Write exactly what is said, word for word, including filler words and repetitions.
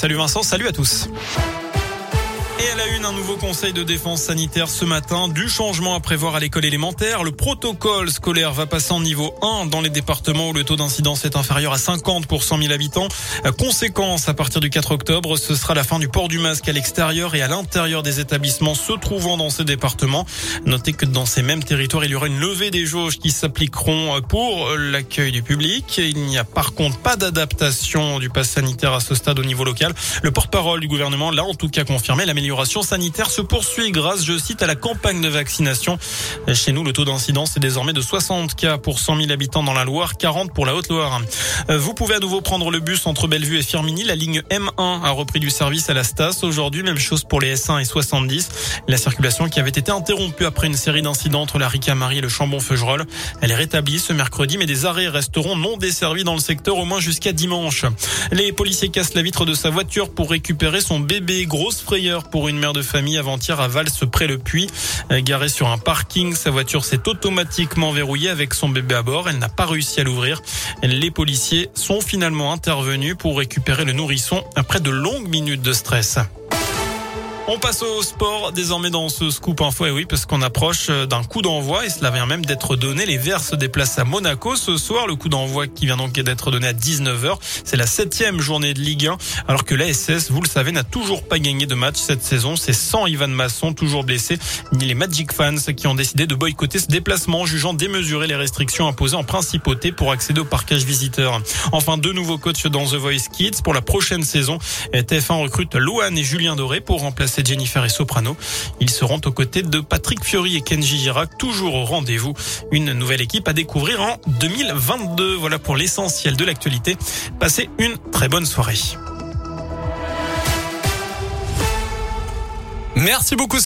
Salut Vincent, salut à tous. Et à la une, un nouveau conseil de défense sanitaire ce matin. Du changement à prévoir à l'école élémentaire. Le protocole scolaire va passer en niveau un dans les départements où le taux d'incidence est inférieur à cinquante pour cent mille habitants. Conséquence, à partir du quatre octobre, ce sera la fin du port du masque à l'extérieur et à l'intérieur des établissements se trouvant dans ces départements. Notez que dans ces mêmes territoires, il y aura une levée des jauges qui s'appliqueront pour l'accueil du public. Il n'y a par contre pas d'adaptation du pass sanitaire à ce stade au niveau local. Le porte-parole du gouvernement l'a en tout cas confirmé. L'amélioration sanitaire se poursuit grâce, je cite, à la campagne de vaccination. Chez nous, le taux d'incidence est désormais de soixante cas pour cent mille habitants dans la Loire, quarante pour la Haute-Loire. Vous pouvez à nouveau prendre le bus entre Bellevue et Firminy. La ligne M un a repris du service à la Stas. Aujourd'hui, même chose pour les S un et soixante-dix. La circulation qui avait été interrompue après une série d'incidents entre la Ricamarie et le Chambon-Feugerolles. Elle est rétablie ce mercredi, mais des arrêts resteront non desservis dans le secteur au moins jusqu'à dimanche. Les policiers cassent la vitre de sa voiture pour récupérer son bébé. Grosse frayeur pour une mère de famille avant-hier à Vals près le Puy. Garée sur un parking, sa voiture s'est automatiquement verrouillée avec son bébé à bord. Elle n'a pas réussi à l'ouvrir. Les policiers sont finalement intervenus pour récupérer le nourrisson après de longues minutes de stress. On passe au sport désormais dans ce scoop info, et oui, parce qu'on approche d'un coup d'envoi et cela vient même d'être donné. Les Verts se déplacent à Monaco ce soir. Le coup d'envoi qui vient donc d'être donné à dix-neuf heures. C'est la septième journée de Ligue un, alors que l'A S S, vous le savez, n'a toujours pas gagné de match cette saison. C'est sans Ivan Masson, toujours blessé, ni les Magic Fans qui ont décidé de boycotter ce déplacement, jugeant démesuré les restrictions imposées en principauté pour accéder au parquage visiteur. Enfin, deux nouveaux coachs dans The Voice Kids pour la prochaine saison. T F un recrute Louane et Julien Doré pour remplacer Jennifer et Soprano. Ils seront aux côtés de Patrick Fiori et Kenji Girac, toujours au rendez-vous. Une nouvelle équipe à découvrir en deux mille vingt-deux. Voilà pour l'essentiel de l'actualité. Passez une très bonne soirée. Merci beaucoup.